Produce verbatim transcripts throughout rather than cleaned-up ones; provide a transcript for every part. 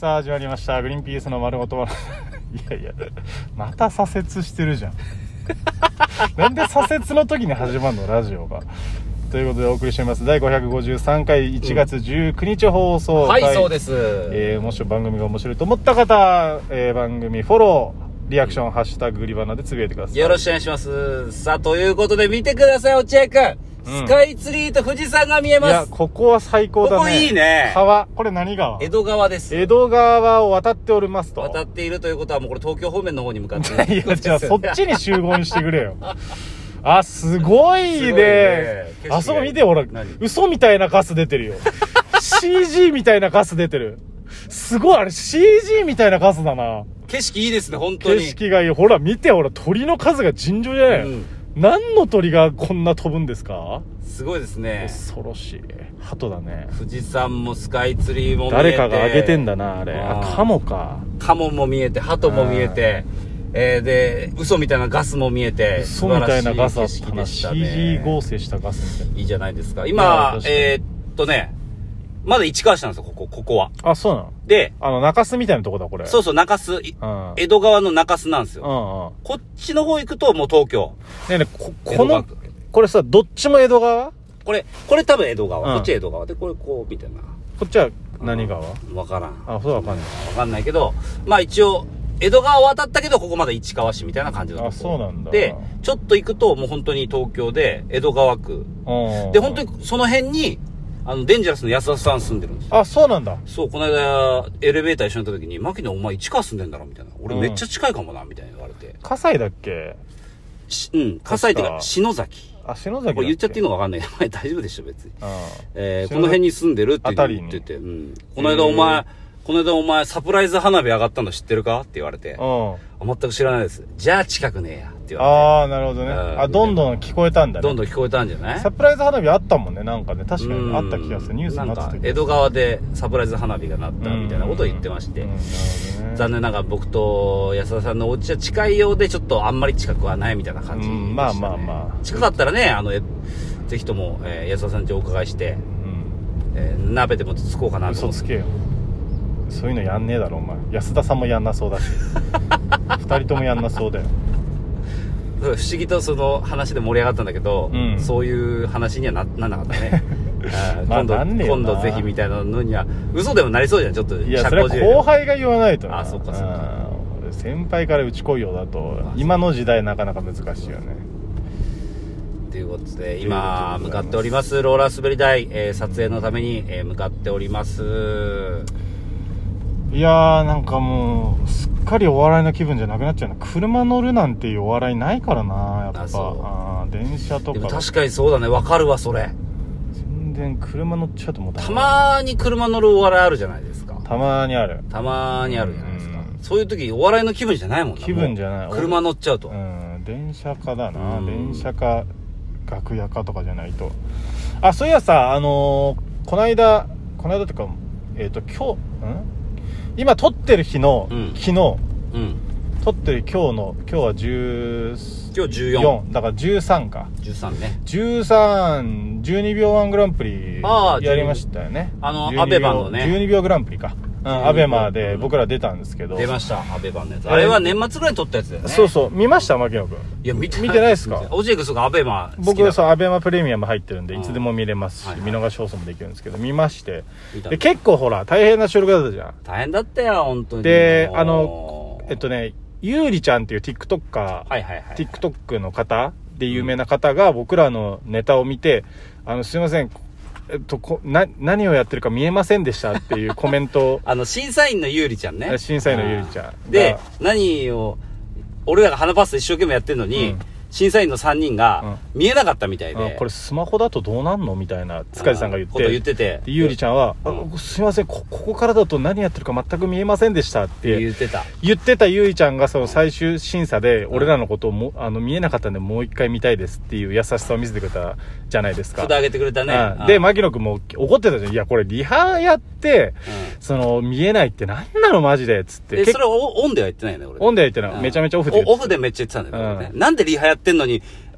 さあ始まりましたグリーンピースの丸ごといやいやまた左折してるじゃんなんで左折の時に始まるのラジオがということでお送りしていますだいごひゃくごじゅうさんかいいちがつじゅうくにち放送回、うん、はいそうです、 えー、もし番組が面白いと思った方、えー、番組フォローリアクションハッシュタググリバナでつぶやいてください。 よろしくお願いします。さあということで見てください落合君、うん、スカイツリーと富士山が見えます。いやここは最高だね。 ここいいね。 川これ何川？ 江戸川です。 江戸川を渡っておりますと。 渡っているということはもうこれ東京方面の方に向かっていやじゃあそっちに集合にしてくれよあすごい ね, すごいねあそこ見てほら嘘みたいなガス出てるよシージー みたいなガス出てるすごいあれ シージー みたいなガスだな。 景色いいですね本当に。 景色がいい。ほら見てほら鳥の数が尋常じゃない、うん、何の鳥がこんな飛ぶんですか。 すごいですね。 恐ろしい鳩だね。 富士山もスカイツリーも見えて誰かが上げてんだなあれ。あカモか。 カモも見えて鳩も見えて、えー、で嘘みたいなガスも見えて嘘みたいなガスだったな。 シージー 合成したガスみたいな。 いいじゃないですか今。えー、っとねまだ市川市なんですよここここは。 あそうなの。 であの中洲みたいなとこだこれ。 そうそう中洲、うん、江戸川の中洲なんですよ、うんうん、こっちの方行くともう東京。 ねえねえ こ, このこれさどっちも江戸川。 これこれ多分江戸川、うん、こっち江戸川でこれこうみたいな。 こっちは何川？ 分からん。 あそうわかんない分かんないけどまあ一応江戸川渡ったけどここまで市川市みたいな感じだった。 あそうなんだ。 でちょっと行くともう本当に東京で江戸川区で本当にその辺にあのデンジャラスの安田さん住んでるんですよ。 あそうなんだ。 そうこの間エレベーター一緒に行った時に牧野お前市川住んでんだろみたいな。俺めっちゃ近いかもなみたいな言われて、うん、 葛西だっけ。 うん葛西ってか篠崎。 あ篠崎だっけ。 これ言っちゃっていいのか分かんない名前大丈夫でしょ別に、えー、この辺に住んでるって言ってて、うん、この間お前この間お前サプライズ花火上がったの知ってるかって言われて、うん、全く知らないです。じゃあ近くねえやって言われて。 ああなるほどね。あどんどん聞こえたんだね。 どんどん聞こえたんじゃない。 サプライズ花火あったもんねなんかね。確かにあった気がする。ニュースになってたけど江戸川でサプライズ花火が鳴ったみたいなことを言ってまして、うんうんうんね、残念ながら僕と安田さんのお家は近いようでちょっとあんまり近くはないみたいな感じでしたね、うん、まあまあまあ近かったらねあのぜひとも、えー、安田さんにお伺いして、うんえー、鍋でもつつこうかなと思って。 嘘つけよそういうのやんねえだろお前。安田さんもやんなそうだし二人ともやんなそうだよ。 不思議とその話で盛り上がったんだけど、うん、そういう話には な, なんなかったねあ今度まあ、 今度ぜひみたいなのには嘘でもなりそうじゃんちょっと。 いやそれは後輩が言わないとな。 あそうかそうか。 先輩から打ち来いよだと今の時代なかなか難しいよね。 ということで今向かっておりますローラー滑り台、えー、撮影のために、えー、向かっております。 いやーなんかもうすっかりお笑いの気分じゃなくなっちゃうな。車乗るなんていうお笑いないからなやっぱ。ああ電車とか。 でも確かにそうだねわかるわそれ。 全然車乗っちゃうともうたまーに車乗るお笑いあるじゃないですか。 たまーにある。 たまーにあるじゃないですか、うん、そういう時お笑いの気分じゃないもんな。 気分じゃない。 車乗っちゃうと、 うん、電車かだな、うん、電車か楽屋かとかじゃないと。あそういやさあのー、この間この間とかえっ、ー、と今日ん今撮ってる日の、うん、昨日、うん、撮ってる今日の今日はじゅう今日じゅうよんだからじゅうさんかじゅうさんねじゅうさん、じゅうにびょうワングランプリやりましたよね。 あのアベマのねじゅうにびょうグランプリか、うん、アベマで僕ら出たんですけど、 出ましたアベマのやつ。あれは年末ぐらいに撮ったやつだよね。 そうそう見ました牧野君。 いや見て見てないですか。 おじいくんそうかアベマ好きだ。 僕そうアベマプレミアム入ってるんでいつでも見れますし、はいはい、見逃し放送もできるんですけど見まして、で結構ほら大変な収録だったじゃん。 大変だったよ本当に。 であのえっとねゆうりちゃんっていう TikToker、 はいはいはい、 TikTok の方で有名な方が僕らのネタを見て、うん、あのすいませんえっと、こな何をやってるか見えませんでしたっていうコメントあの審査員のゆうりちゃんね。 審査員のゆうりちゃんで何を俺らが花パス一生懸命やってるのに、うん、審査員のさんにんが見えなかったみたいで、 うん、これスマホだとどうなんのみたいな塚地さんが言ってこと言ってて、 ゆうりちゃんは、うん、すいません こ, ここからだと何やってるか全く見えませんでしたって言ってた言ってたゆうりちゃんがその最終審査で俺らのことをもあの見えなかったんでもう一回見たいですっていう優しさを見せてくれたじゃないですか。 札上げてくれたね、 うん、で牧野くんも怒ってたじゃん。いやこれリハやって、うん、その見えないって何なのマジでっつって。 えそれオンでは言ってないよね俺。 オンでは言ってない、うん、めちゃめちゃオフでオフでめっちゃ言ってたんだよね、うん、なんでリハやってんのに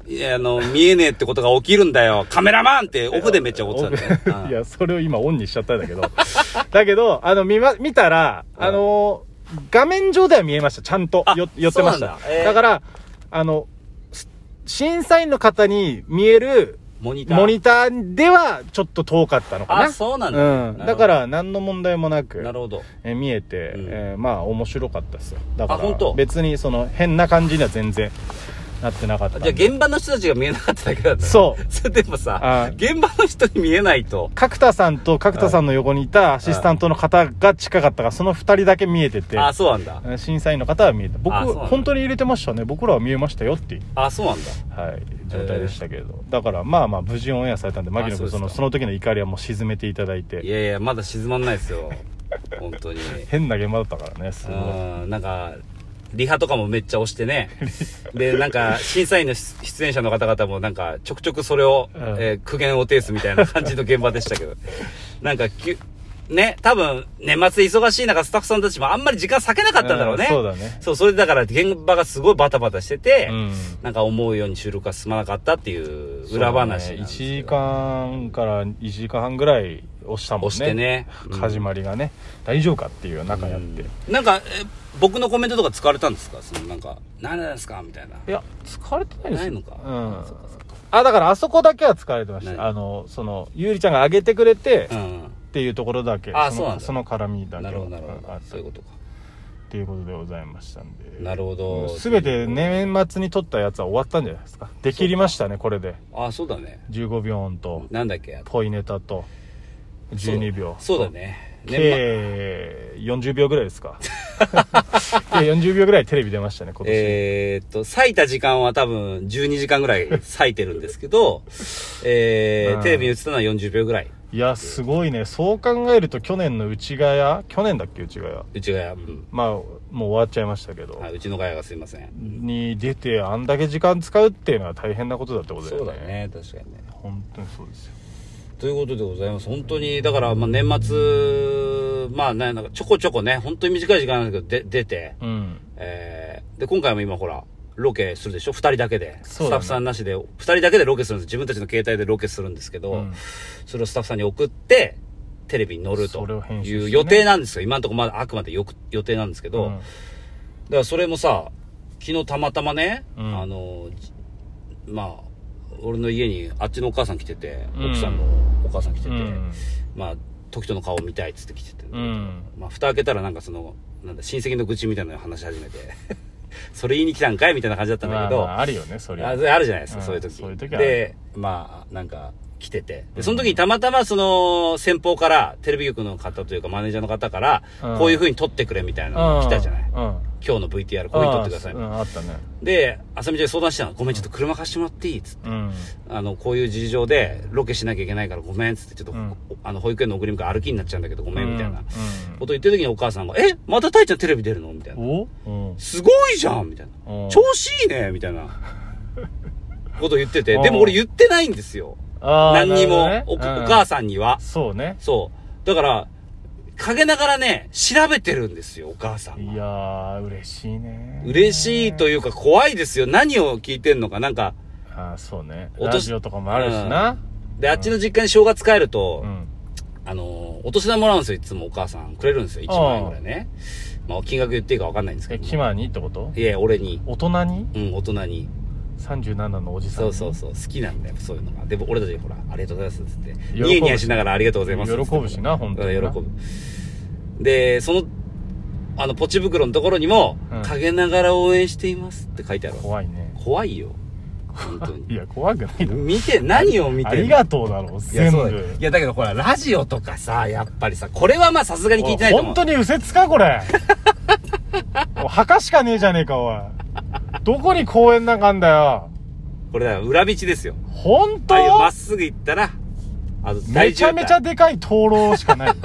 いや、あの、見えねえってことが起きるんだよ。カメラマンってオフでめっちゃ怒ってたね。 いや、それを今オンにしちゃったんだけど。だけど、あの、見ま、見たら、あの、画面上では見えました。ちゃんとよ寄ってました。だ,、えー、だから、あの、審査員の方に見えるモニター、 モニターではちょっと遠かったのかな。 あ、そうなんだ。 うん。だから何の問題もなく、 なるほど。 え見えて、うんえー、まあ面白かったですよ。だから、 あ、本当？ 別にその変な感じには全然なってなかった。 じゃあ現場の人たちが見えなかっただけだった、ね。 そう。 それでもさ、現場の人に見えないと。 角田さんと角田さんの横にいたアシスタントの方が近かったから、その二人だけ見えてて。 あ、そうなんだ。 審査員の方は見えた。僕、本当に入れてましたね。僕らは見えましたよっていう。 あ、そうなんだ。 はい。状態でしたけれど。えー、だから、まあまあ、無事オンエアされたんで、牧野君、その、その時の怒りはもう沈めていただいて。 いやいや、まだ沈まんないですよ。本当に。 変な現場だったからね、すごい。 うん、なんか、リハとかもめっちゃ押してね。で、なんか、審査員の出演者の方々もなんか、ちょくちょくそれを、うん、えー、苦言を呈すみたいな感じの現場でしたけど。なんか、きゅ、ね、多分、年末忙しい中、スタッフさんたちもあんまり時間割けなかったんだろうね。 うん、そうだね。 そう、それでだから、現場がすごいバタバタしてて、うん、なんか思うように収録が進まなかったっていう裏話なんですよ。 いちじかんからいちじかんはんぐらい押したもんね。 押してね。 うん、始まりがね、大丈夫かっていう中やって。 うん、なんか、え、僕のコメントとか使われたんですか？そのなんか、何なんですかみたいな。 いや、使われてないですよ。 ないのか。 うん。そっかそっか。あ、だからあそこだけは使われてました。あの、その、ゆうりちゃんが上げてくれて、うん、っていうところだけ。 あ、そうなんだ。 その絡みだけ。 なるほど、なるほど。そういうことか。 っていうことでございましたんで。 なるほど。 すべて年末に撮ったやつは終わったんじゃないですか。できりましたね、これで。 あ、そうだね。 じゅうごびょう音と、 なんだっけ、 ポイネタと、じゅうにびょう。 そうだね。 計よんじゅうびょうぐらいですか。計よんじゅうびょうぐらいテレビ出ましたね、今年。 えーっと、割いた時間は多分じゅうにじかんぐらい割いてるんですけど、えー、テレビに映ったのはよんじゅうびょうぐらい。 いや、すごいね。そう考えると去年の内ヶ谷、去年だっけ、内ヶ谷。 内ヶ谷、うん。 まあ、もう終わっちゃいましたけど。 はい、うちのヶ谷がすいません。 に出て、あんだけ時間使うっていうのは大変なことだってことだよね。 そうだね、確かにね。 本当にそうですよ。 ということでございます。本当に、だから、まあ年末、まあね、なんかちょこちょこね、本当に短い時間なんですけど、で出て、うん、えー、で、今回も今ほら、ロケするでしょ？二人だけで。スタッフさんなしで、二人だけでロケするんです。自分たちの携帯でロケするんですけど、うん、それをスタッフさんに送って、テレビに乗るという予定なんですよ。今のところまだあくまでよく予定なんですけど、うん、だからそれもさ、昨日たまたまね、うん、あの、まあ、俺の家にあっちのお母さん来てて、うん、奥さんのお母さん来てて、うん、まあ、時との顔見たいっつって来てて、うん、まあ、蓋開けたらなんかその、なんだ、親戚の愚痴みたいなの話し始めて、それ言いに来たんかいみたいな感じだったんだけど、 まあまあ、あるよね、それあ。あるじゃないですか、うん、そういう時。 そういう時で、まあ、なんか、来てて。で、その時にたまたまその、先方から、テレビ局の方というか、マネージャーの方から、うん、こういう風に撮ってくれみたいなのが来たじゃない。うん、今日の ブイティーアール、こういう風に撮ってください。 うん、あったね。 で、あさみちゃんに相談したの。ごめん、ちょっと車貸してもらっていいつって、うん。あの、こういう事情で、ロケしなきゃいけないからごめんつって、ちょっと、うん、あの、保育園の送り迎え歩きになっちゃうんだけど、ごめんみたいな、こと言ってる時にお母さんが、え、またたいちゃんテレビ出るのみたいな。お、うん、すごいじゃんみたいな。調子いいねみたいな。こと言ってて、でも俺言ってないんですよ。何にも、ね、お, お母さんには。 そうね。 そう。だから、陰ながらね、調べてるんですよ、お母さんは。 いやー、嬉しいね。 嬉しいというか怖いですよ。何を聞いてんのか、なんか。 ああ、そうね。ラジオとかもあるしな。うん、 で、あっちの実家に正月帰ると、うん、あの、お年玉もらうんですよ、いつもお母さん。くれるんですよ、いちまんえんぐらいね。まあ、金額言っていいか分かんないんですけど。 え、キマにってこと？ いや、俺に。 大人に？ うん、大人に。 さんじゅうななのおじさん。 そうそうそう。好きなんだよ、そういうのが。でも俺たちほら、ありがとうございますっつって。ニヤニヤしながらありがとうございますっつって。 喜ぶしな、本当に。 喜ぶ。で、その、あの、ポチ袋のところにも、うん、陰ながら応援していますって書いてある。 怖いね。 怖いよ。本当に。 いや、怖くないだろ。 見て、何を見てありがとうだろ、全部。いや、 いやだけどほら、ラジオとかさ、やっぱりさ、これはまあさすがに聞いてないと思う。 本当に右折か、これ。もう墓しかねえじゃねえか、おい。どこに公園なんかあんだよ。 これだよ、裏道ですよ。 本当？ まっすぐ行ったら、 あの、めちゃめちゃでかい灯籠しかない。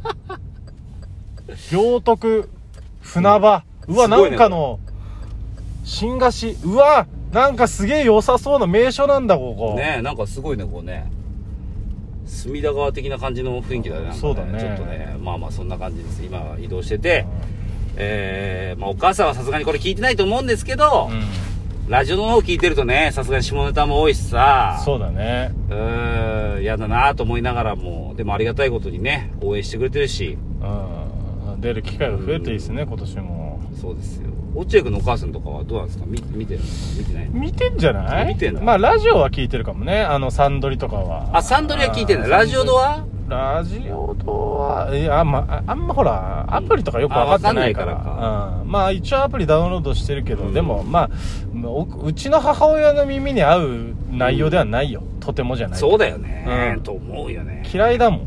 行徳、船場。うわ、なんかの、新河岸。うわ、なんかすげえ良さそうな名所なんだ、ここ。 ねえ、なんかすごいね、こうね。隅田川的な感じの雰囲気だね。 そうだね。 ちょっとね、まあまあそんな感じです。今は移動してて、うん、えー、まあお母さんはさすがにこれ聞いてないと思うんですけど、うん、 ラジオの方聞いてるとね、さすがに下ネタも多いしさ。 そうだね。 うーん、やだなと思いながらも、でもありがたいことにね、応援してくれてるし。 うん。出る機会が増えていいですね、今年も。 そうですよ。落合君のお母さんとかはどうなんですか？見見てるんですか？見てない？ 見てんじゃない？ 見てんの？ まあ、ラジオは聞いてるかもね。あの、サンドリとかは。 あ、サンドリは聞いてんの？ラジオドは？ ラジオドは、いや、あんま、あんまほら、アプリとかよく分かってないから。 うん、かうん。まあ、一応アプリダウンロードしてるけど、うん、でも、まあ、うちの母親の耳に合う内容ではないよ。うん、とてもじゃない。 そうだよね。 うん。 と思うよね。 嫌いだもん。うん、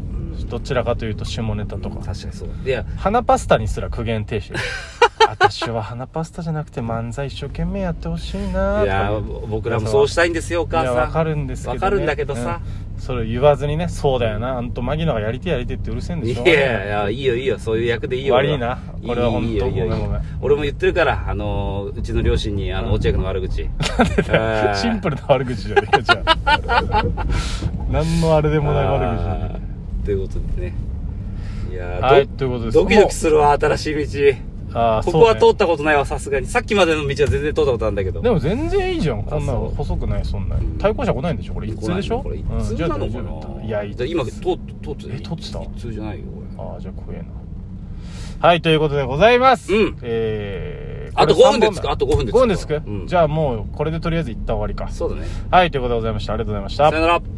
どちらかというと、下ネタとか。 うん、確かにそう。いや、 花パスタにすら苦言呈してる。私は花パスタじゃなくて漫才一生懸命やってほしいな。 いや僕らもそうしたいんですよ、お母さん。いや分かるんですけど、ね、 分かるんだけどさ、 うん、それを言わずにね、そうだよな、あんとマギノがやりてやりてってうるせえんでしょ。 いやいやいいよいいよ、そういう役でいいよ。 悪いな、これは本当。いいよいいよ、ごめんごめん。 俺も言ってるから、あのうちの両親にあの、うん、落合君の悪口。 シンプルな悪口じゃねえじゃあ。何のあれでもない悪口。 ということでね。いやー、 はい、ということです。 ドキドキするわ、新しい道。 あここは通ったことないわ、さすがに。さっきまでの道は全然通ったことあるんだけど。 でも全然いいじゃん、こんなの細くない、そんなに。対向車来ないんでしょ、これ一通でしょ。 これ一通なのかな。いや、今通って通ってえ、通ってた。 一通じゃないよ、これ。 ああ、じゃあ怖えな。はい、ということでございます。 うん。 えー、あとごふんでつく、あとごふんでつく。 ごふんでつく。じゃあもうこれでとりあえず一旦終わりか。 そうだね。 はい、ということでございました。ありがとうございました。 さよなら。